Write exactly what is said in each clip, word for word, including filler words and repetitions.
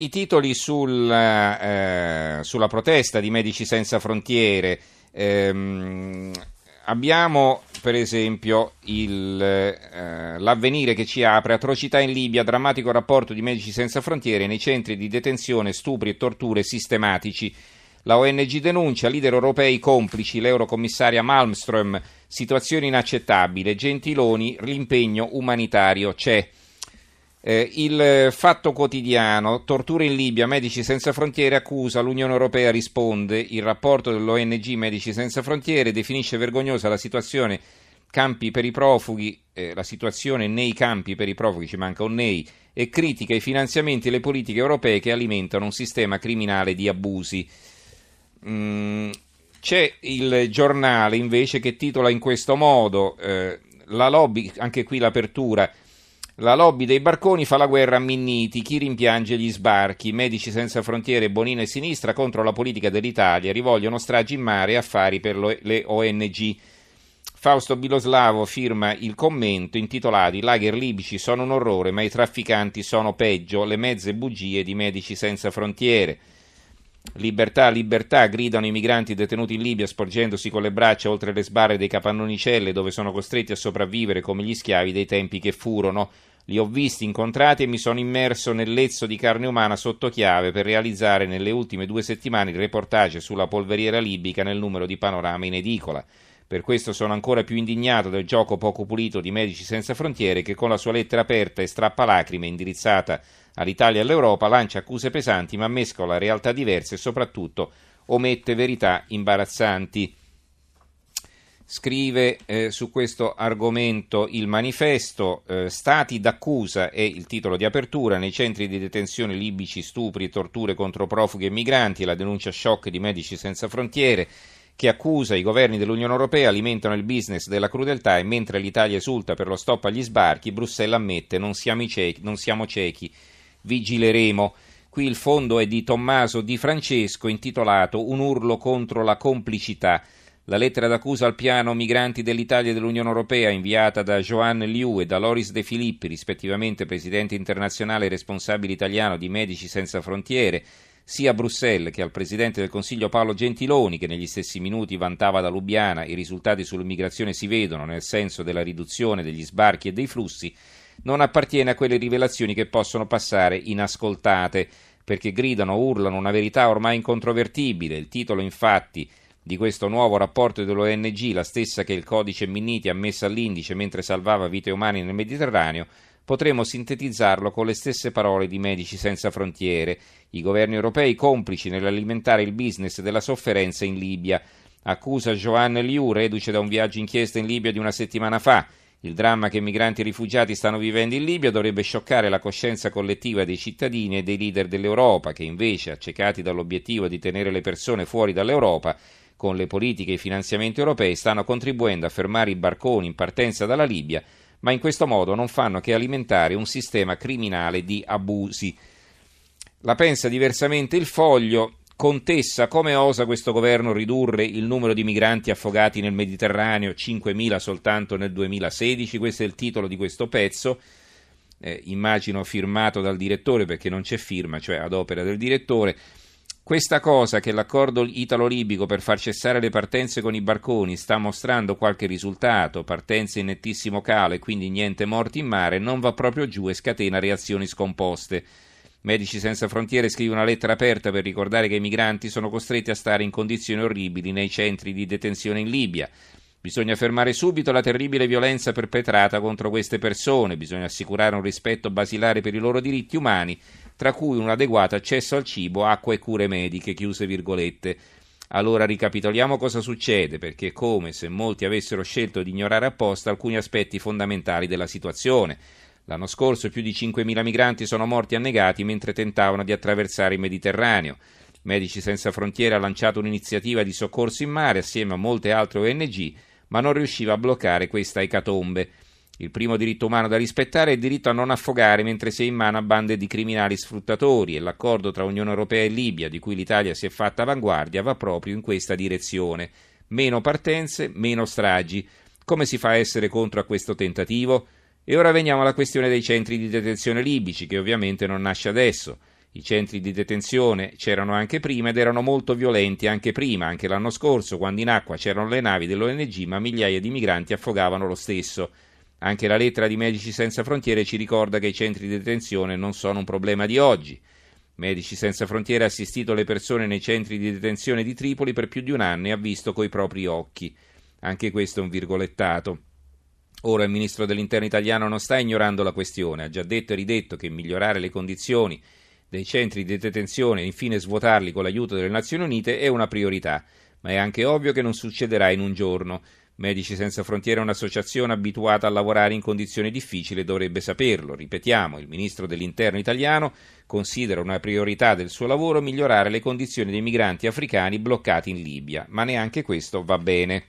I titoli sul, eh, sulla protesta di Medici Senza Frontiere. Ehm, abbiamo per esempio il, eh, l'Avvenire che ci apre: atrocità in Libia, drammatico rapporto di Medici Senza Frontiere, nei centri di detenzione stupri e torture sistematici. La O N G denuncia, leader europei complici, l'eurocommissaria Malmström, situazione inaccettabile, Gentiloni, l'impegno umanitario c'è. Eh, il Fatto Quotidiano: torture in Libia, Medici Senza Frontiere accusa, l'Unione Europea risponde. Il rapporto dell'O N G Medici Senza Frontiere definisce vergognosa la situazione campi per i profughi, eh, la situazione nei campi per i profughi, ci manca un nei, e critica i finanziamenti e le politiche europee che alimentano un sistema criminale di abusi. Mm, c'è il Giornale invece che titola in questo modo, eh, la lobby, anche qui l'apertura: la lobby dei barconi fa la guerra a Minniti, chi rimpiange gli sbarchi, Medici Senza Frontiere, Bonino e Sinistra contro la politica dell'Italia, rivogliono stragi in mare e affari per le O N G. Fausto Biloslavo firma il commento intitolato: i lager libici sono un orrore ma i trafficanti sono peggio, le mezze bugie di Medici Senza Frontiere. Libertà, libertà, gridano i migranti detenuti in Libia sporgendosi con le braccia oltre le sbarre dei capannonicelle dove sono costretti a sopravvivere come gli schiavi dei tempi che furono. Li ho visti, incontrati e mi sono immerso nel lezzo di carne umana sotto chiave per realizzare nelle ultime due settimane il reportage sulla polveriera libica nel numero di Panorama in edicola. Per questo sono ancora più indignato del gioco poco pulito di Medici Senza Frontiere che con la sua lettera aperta e strappalacrime indirizzata all'Italia e all'Europa lancia accuse pesanti ma mescola realtà diverse e soprattutto omette verità imbarazzanti. Scrive eh, su questo argomento il Manifesto, eh, Stati d'accusa è il titolo di apertura, nei centri di detenzione libici stupri e torture contro profughi e migranti, la denuncia shock di Medici Senza Frontiere che accusa i governi dell'Unione Europea alimentano il business della crudeltà e mentre l'Italia esulta per lo stop agli sbarchi, Bruxelles ammette non siamo, i ciechi, non siamo ciechi, vigileremo. Qui il fondo è di Tommaso Di Francesco intitolato Un urlo contro la complicità. La lettera d'accusa al piano migranti dell'Italia e dell'Unione Europea inviata da Joan Liu e da Loris De Filippi, rispettivamente presidente internazionale e responsabile italiano di Medici Senza Frontiere, sia a Bruxelles che al presidente del Consiglio Paolo Gentiloni, che negli stessi minuti vantava da Lubiana i risultati sull'immigrazione si vedono nel senso della riduzione degli sbarchi e dei flussi, non appartiene a quelle rivelazioni che possono passare inascoltate, perché gridano, urlano una verità ormai incontrovertibile. Il titolo infatti di questo nuovo rapporto dell'O N G, la stessa che il codice Minniti ha messo all'indice mentre salvava vite umane nel Mediterraneo, potremmo sintetizzarlo con le stesse parole di Medici Senza Frontiere: i governi europei complici nell'alimentare il business della sofferenza in Libia. Accusa Joan Liu, reduce da un viaggio inchiesta in Libia di una settimana fa. Il dramma che migranti e rifugiati stanno vivendo in Libia dovrebbe scioccare la coscienza collettiva dei cittadini e dei leader dell'Europa, che invece, accecati dall'obiettivo di tenere le persone fuori dall'Europa, con le politiche e i finanziamenti europei stanno contribuendo a fermare i barconi in partenza dalla Libia, ma in questo modo non fanno che alimentare un sistema criminale di abusi. La pensa diversamente il Foglio. Contessa, come osa questo governo ridurre il numero di migranti affogati nel Mediterraneo, cinquemila soltanto nel duemilasedici, questo è il titolo di questo pezzo, eh, immagino firmato dal direttore perché non c'è firma, cioè ad opera del direttore. Questa cosa che l'accordo italo-libico per far cessare le partenze con i barconi sta mostrando qualche risultato, partenze in nettissimo calo e quindi niente morti in mare, non va proprio giù e scatena reazioni scomposte. Medici Senza Frontiere scrive una lettera aperta per ricordare che i migranti sono costretti a stare in condizioni orribili nei centri di detenzione in Libia. Bisogna fermare subito la terribile violenza perpetrata contro queste persone, bisogna assicurare un rispetto basilare per i loro diritti umani, tra cui un adeguato accesso al cibo, acqua e cure mediche, chiuse virgolette. Allora ricapitoliamo cosa succede, perché è come se molti avessero scelto di ignorare apposta alcuni aspetti fondamentali della situazione. L'anno scorso più di cinquemila migranti sono morti annegati mentre tentavano di attraversare il Mediterraneo. Medici Senza Frontiere ha lanciato un'iniziativa di soccorso in mare assieme a molte altre O N G, ma non riusciva a bloccare questa ecatombe. Il primo diritto umano da rispettare è il diritto a non affogare mentre si è in mano a bande di criminali sfruttatori e l'accordo tra Unione Europea e Libia, di cui l'Italia si è fatta avanguardia, va proprio in questa direzione. Meno partenze, meno stragi. Come si fa a essere contro a questo tentativo? E ora veniamo alla questione dei centri di detenzione libici, che ovviamente non nasce adesso. I centri di detenzione c'erano anche prima ed erano molto violenti anche prima, anche l'anno scorso, quando in acqua c'erano le navi dell'O N G, ma migliaia di migranti affogavano lo stesso. Anche la lettera di Medici Senza Frontiere ci ricorda che i centri di detenzione non sono un problema di oggi. Medici Senza Frontiere ha assistito le persone nei centri di detenzione di Tripoli per più di un anno e ha visto coi propri occhi. Anche questo è un virgolettato. Ora il ministro dell'Interno italiano non sta ignorando la questione, ha già detto e ridetto che migliorare le condizioni dei centri di detenzione e infine svuotarli con l'aiuto delle Nazioni Unite è una priorità, ma è anche ovvio che non succederà in un giorno. Medici Senza Frontiere è un'associazione abituata a lavorare in condizioni difficili e dovrebbe saperlo. Ripetiamo, il ministro dell'Interno italiano considera una priorità del suo lavoro migliorare le condizioni dei migranti africani bloccati in Libia, ma neanche questo va bene.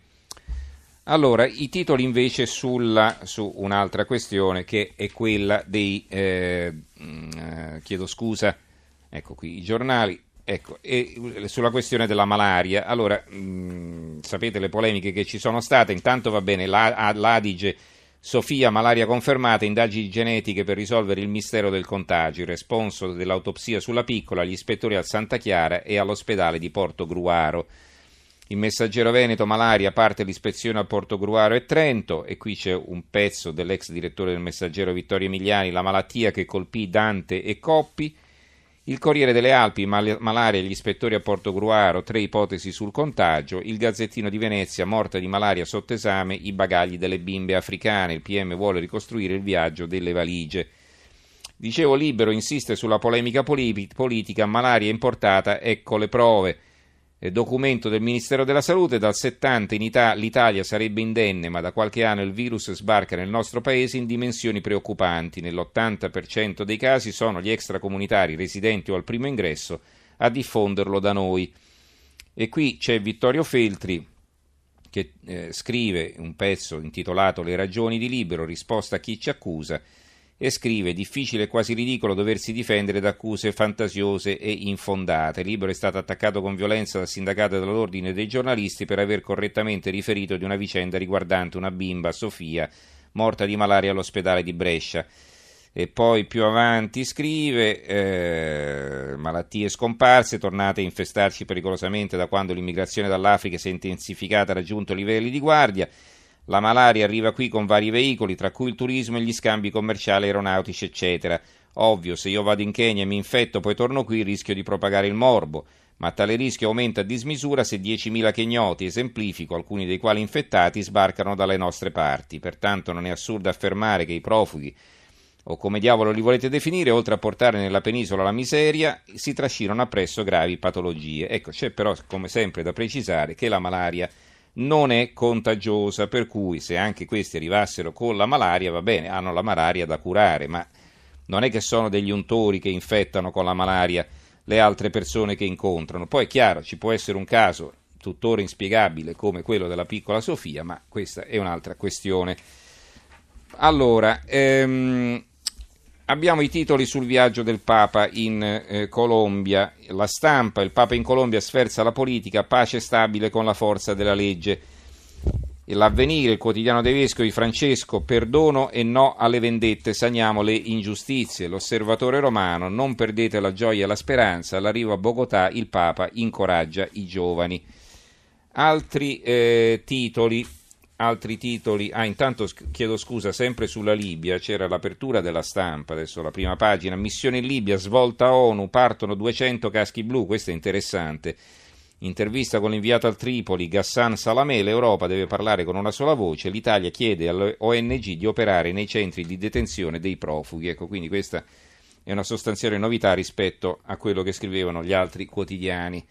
Allora, i titoli invece sulla, su un'altra questione che è quella dei, eh, eh, chiedo scusa, ecco qui i giornali, ecco, e sulla questione della malaria. Allora, mh, sapete le polemiche che ci sono state, intanto va bene, la, l'Adige, Sofia, malaria confermata, indagini genetiche per risolvere il mistero del contagio, il responso dell'autopsia sulla piccola, gli ispettori al Santa Chiara e all'ospedale di Portogruaro. Il Messaggero Veneto, malaria, parte l'ispezione a Portogruaro e Trento, e qui c'è un pezzo dell'ex direttore del Messaggero Vittorio Emiliani, la malattia che colpì Dante e Coppi. Il Corriere delle Alpi, mal- malaria, gli ispettori a Portogruaro, tre ipotesi sul contagio. Il Gazzettino di Venezia, morta di malaria sotto esame, i bagagli delle bimbe africane, il P M vuole ricostruire il viaggio delle valigie. Dicevo, Libero insiste sulla polemica poli- politica, malaria importata, ecco le prove. Documento del Ministero della Salute, dal settanta in Ita- l'Italia sarebbe indenne, ma da qualche anno il virus sbarca nel nostro paese in dimensioni preoccupanti. Nell'ottanta per cento dei casi sono gli extracomunitari residenti o al primo ingresso a diffonderlo da noi. E qui c'è Vittorio Feltri che eh, scrive un pezzo intitolato Le ragioni di Libero, risposta a chi ci accusa, e scrive: difficile e quasi ridicolo doversi difendere da accuse fantasiose e infondate. Libero è stato attaccato con violenza dal sindacato dell'ordine dei giornalisti per aver correttamente riferito di una vicenda riguardante una bimba, Sofia, morta di malaria all'ospedale di Brescia. E poi più avanti scrive eh, malattie scomparse, tornate a infestarci pericolosamente da quando l'immigrazione dall'Africa si è intensificata e ha raggiunto livelli di guardia. La malaria arriva qui con vari veicoli, tra cui il turismo e gli scambi commerciali aeronautici, eccetera. Ovvio, se io vado in Kenya e mi infetto, poi torno qui, rischio di propagare il morbo. Ma tale rischio aumenta a dismisura se diecimila kenyoti, esemplifico, alcuni dei quali infettati, sbarcano dalle nostre parti. Pertanto non è assurdo affermare che i profughi, o come diavolo li volete definire, oltre a portare nella penisola la miseria, si trascinano appresso gravi patologie. Ecco, c'è però, come sempre, da precisare che la malaria non è contagiosa, per cui se anche questi arrivassero con la malaria, va bene, hanno la malaria da curare, ma non è che sono degli untori che infettano con la malaria le altre persone che incontrano. Poi è chiaro, ci può essere un caso tuttora inspiegabile come quello della piccola Sofia, ma questa è un'altra questione. Allora, ehm, abbiamo i titoli sul viaggio del Papa in eh, Colombia. La Stampa, il Papa in Colombia sferza la politica, pace stabile con la forza della legge. L'Avvenire, il quotidiano dei vescovi, Francesco, perdono e no alle vendette, saniamo le ingiustizie. L'Osservatore Romano, non perdete la gioia e la speranza, all'arrivo a Bogotà il Papa incoraggia i giovani. Altri eh, titoli... Altri titoli, ah intanto chiedo scusa, sempre sulla Libia c'era l'apertura della Stampa, adesso la prima pagina, missione in Libia, svolta ONU, partono duecento caschi blu, questo è interessante, intervista con l'inviato al Tripoli, Ghassan Salamé, l'Europa deve parlare con una sola voce, l'Italia chiede all'O N G di operare nei centri di detenzione dei profughi, ecco quindi questa è una sostanziale novità rispetto a quello che scrivevano gli altri quotidiani.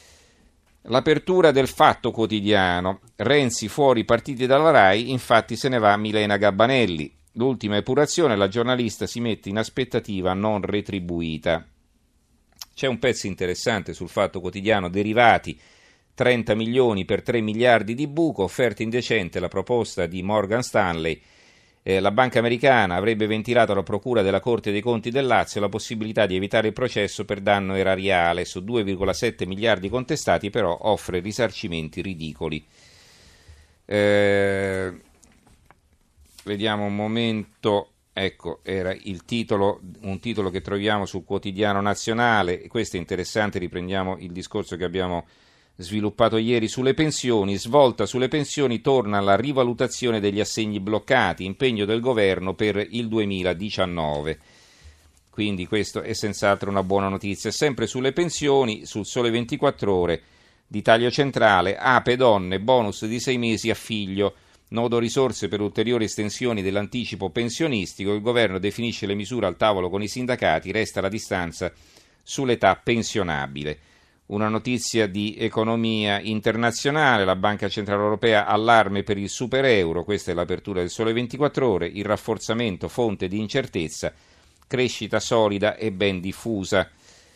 L'apertura del Fatto Quotidiano, Renzi fuori partiti dalla RAI, infatti se ne va Milena Gabbanelli. L'ultima epurazione, la giornalista si mette in aspettativa non retribuita. C'è un pezzo interessante sul Fatto Quotidiano, derivati, trenta milioni per tre miliardi di buco, offerta indecente la proposta di Morgan Stanley. Eh, la banca americana avrebbe ventilato alla Procura della Corte dei Conti del Lazio la possibilità di evitare il processo per danno erariale. Su due virgola sette miliardi contestati però offre risarcimenti ridicoli. Eh, vediamo un momento. Ecco, era il titolo, un titolo che troviamo sul Quotidiano Nazionale. Questo è interessante, riprendiamo il discorso che abbiamo sviluppato ieri sulle pensioni. Svolta sulle pensioni, torna la rivalutazione degli assegni bloccati, impegno del governo per il duemiladiciannove. Quindi questo è senz'altro una buona notizia. Sempre sulle pensioni, sul Sole ventiquattro Ore di Taglio Centrale, Ape Donne, bonus di sei mesi a figlio. Nodo risorse per ulteriori estensioni dell'anticipo pensionistico, il governo definisce le misure al tavolo con i sindacati, resta la distanza sull'età pensionabile. Una notizia di economia internazionale, la Banca Centrale Europea allarme per il super euro, questa è l'apertura del Sole ventiquattro Ore, il rafforzamento fonte di incertezza, crescita solida e ben diffusa.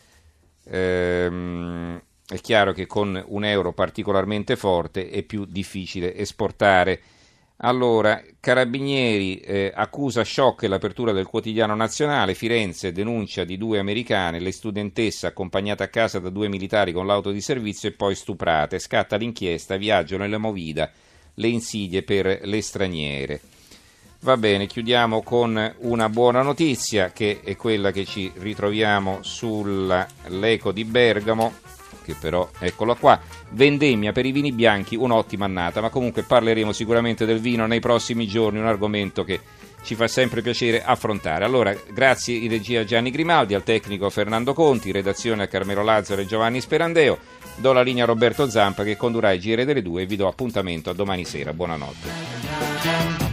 Ehm, è chiaro che con un euro particolarmente forte è più difficile esportare. Allora, Carabinieri eh, accusa shock l'apertura del Quotidiano Nazionale, Firenze denuncia di due americane, le studentesse accompagnate a casa da due militari con l'auto di servizio e poi stuprate, scatta l'inchiesta, viaggio nella movida, le insidie per le straniere. Va bene, chiudiamo con una buona notizia che è quella che ci ritroviamo sull'Eco di Bergamo, che però, eccola qua, vendemmia per i vini bianchi, un'ottima annata, ma comunque parleremo sicuramente del vino nei prossimi giorni, un argomento che ci fa sempre piacere affrontare. Allora, grazie in regia a Gianni Grimaldi, al tecnico Fernando Conti, redazione a Carmelo Lazzaro e Giovanni Sperandeo, do la linea a Roberto Zampa che condurrà il G R delle due e vi do appuntamento a domani sera. Buonanotte.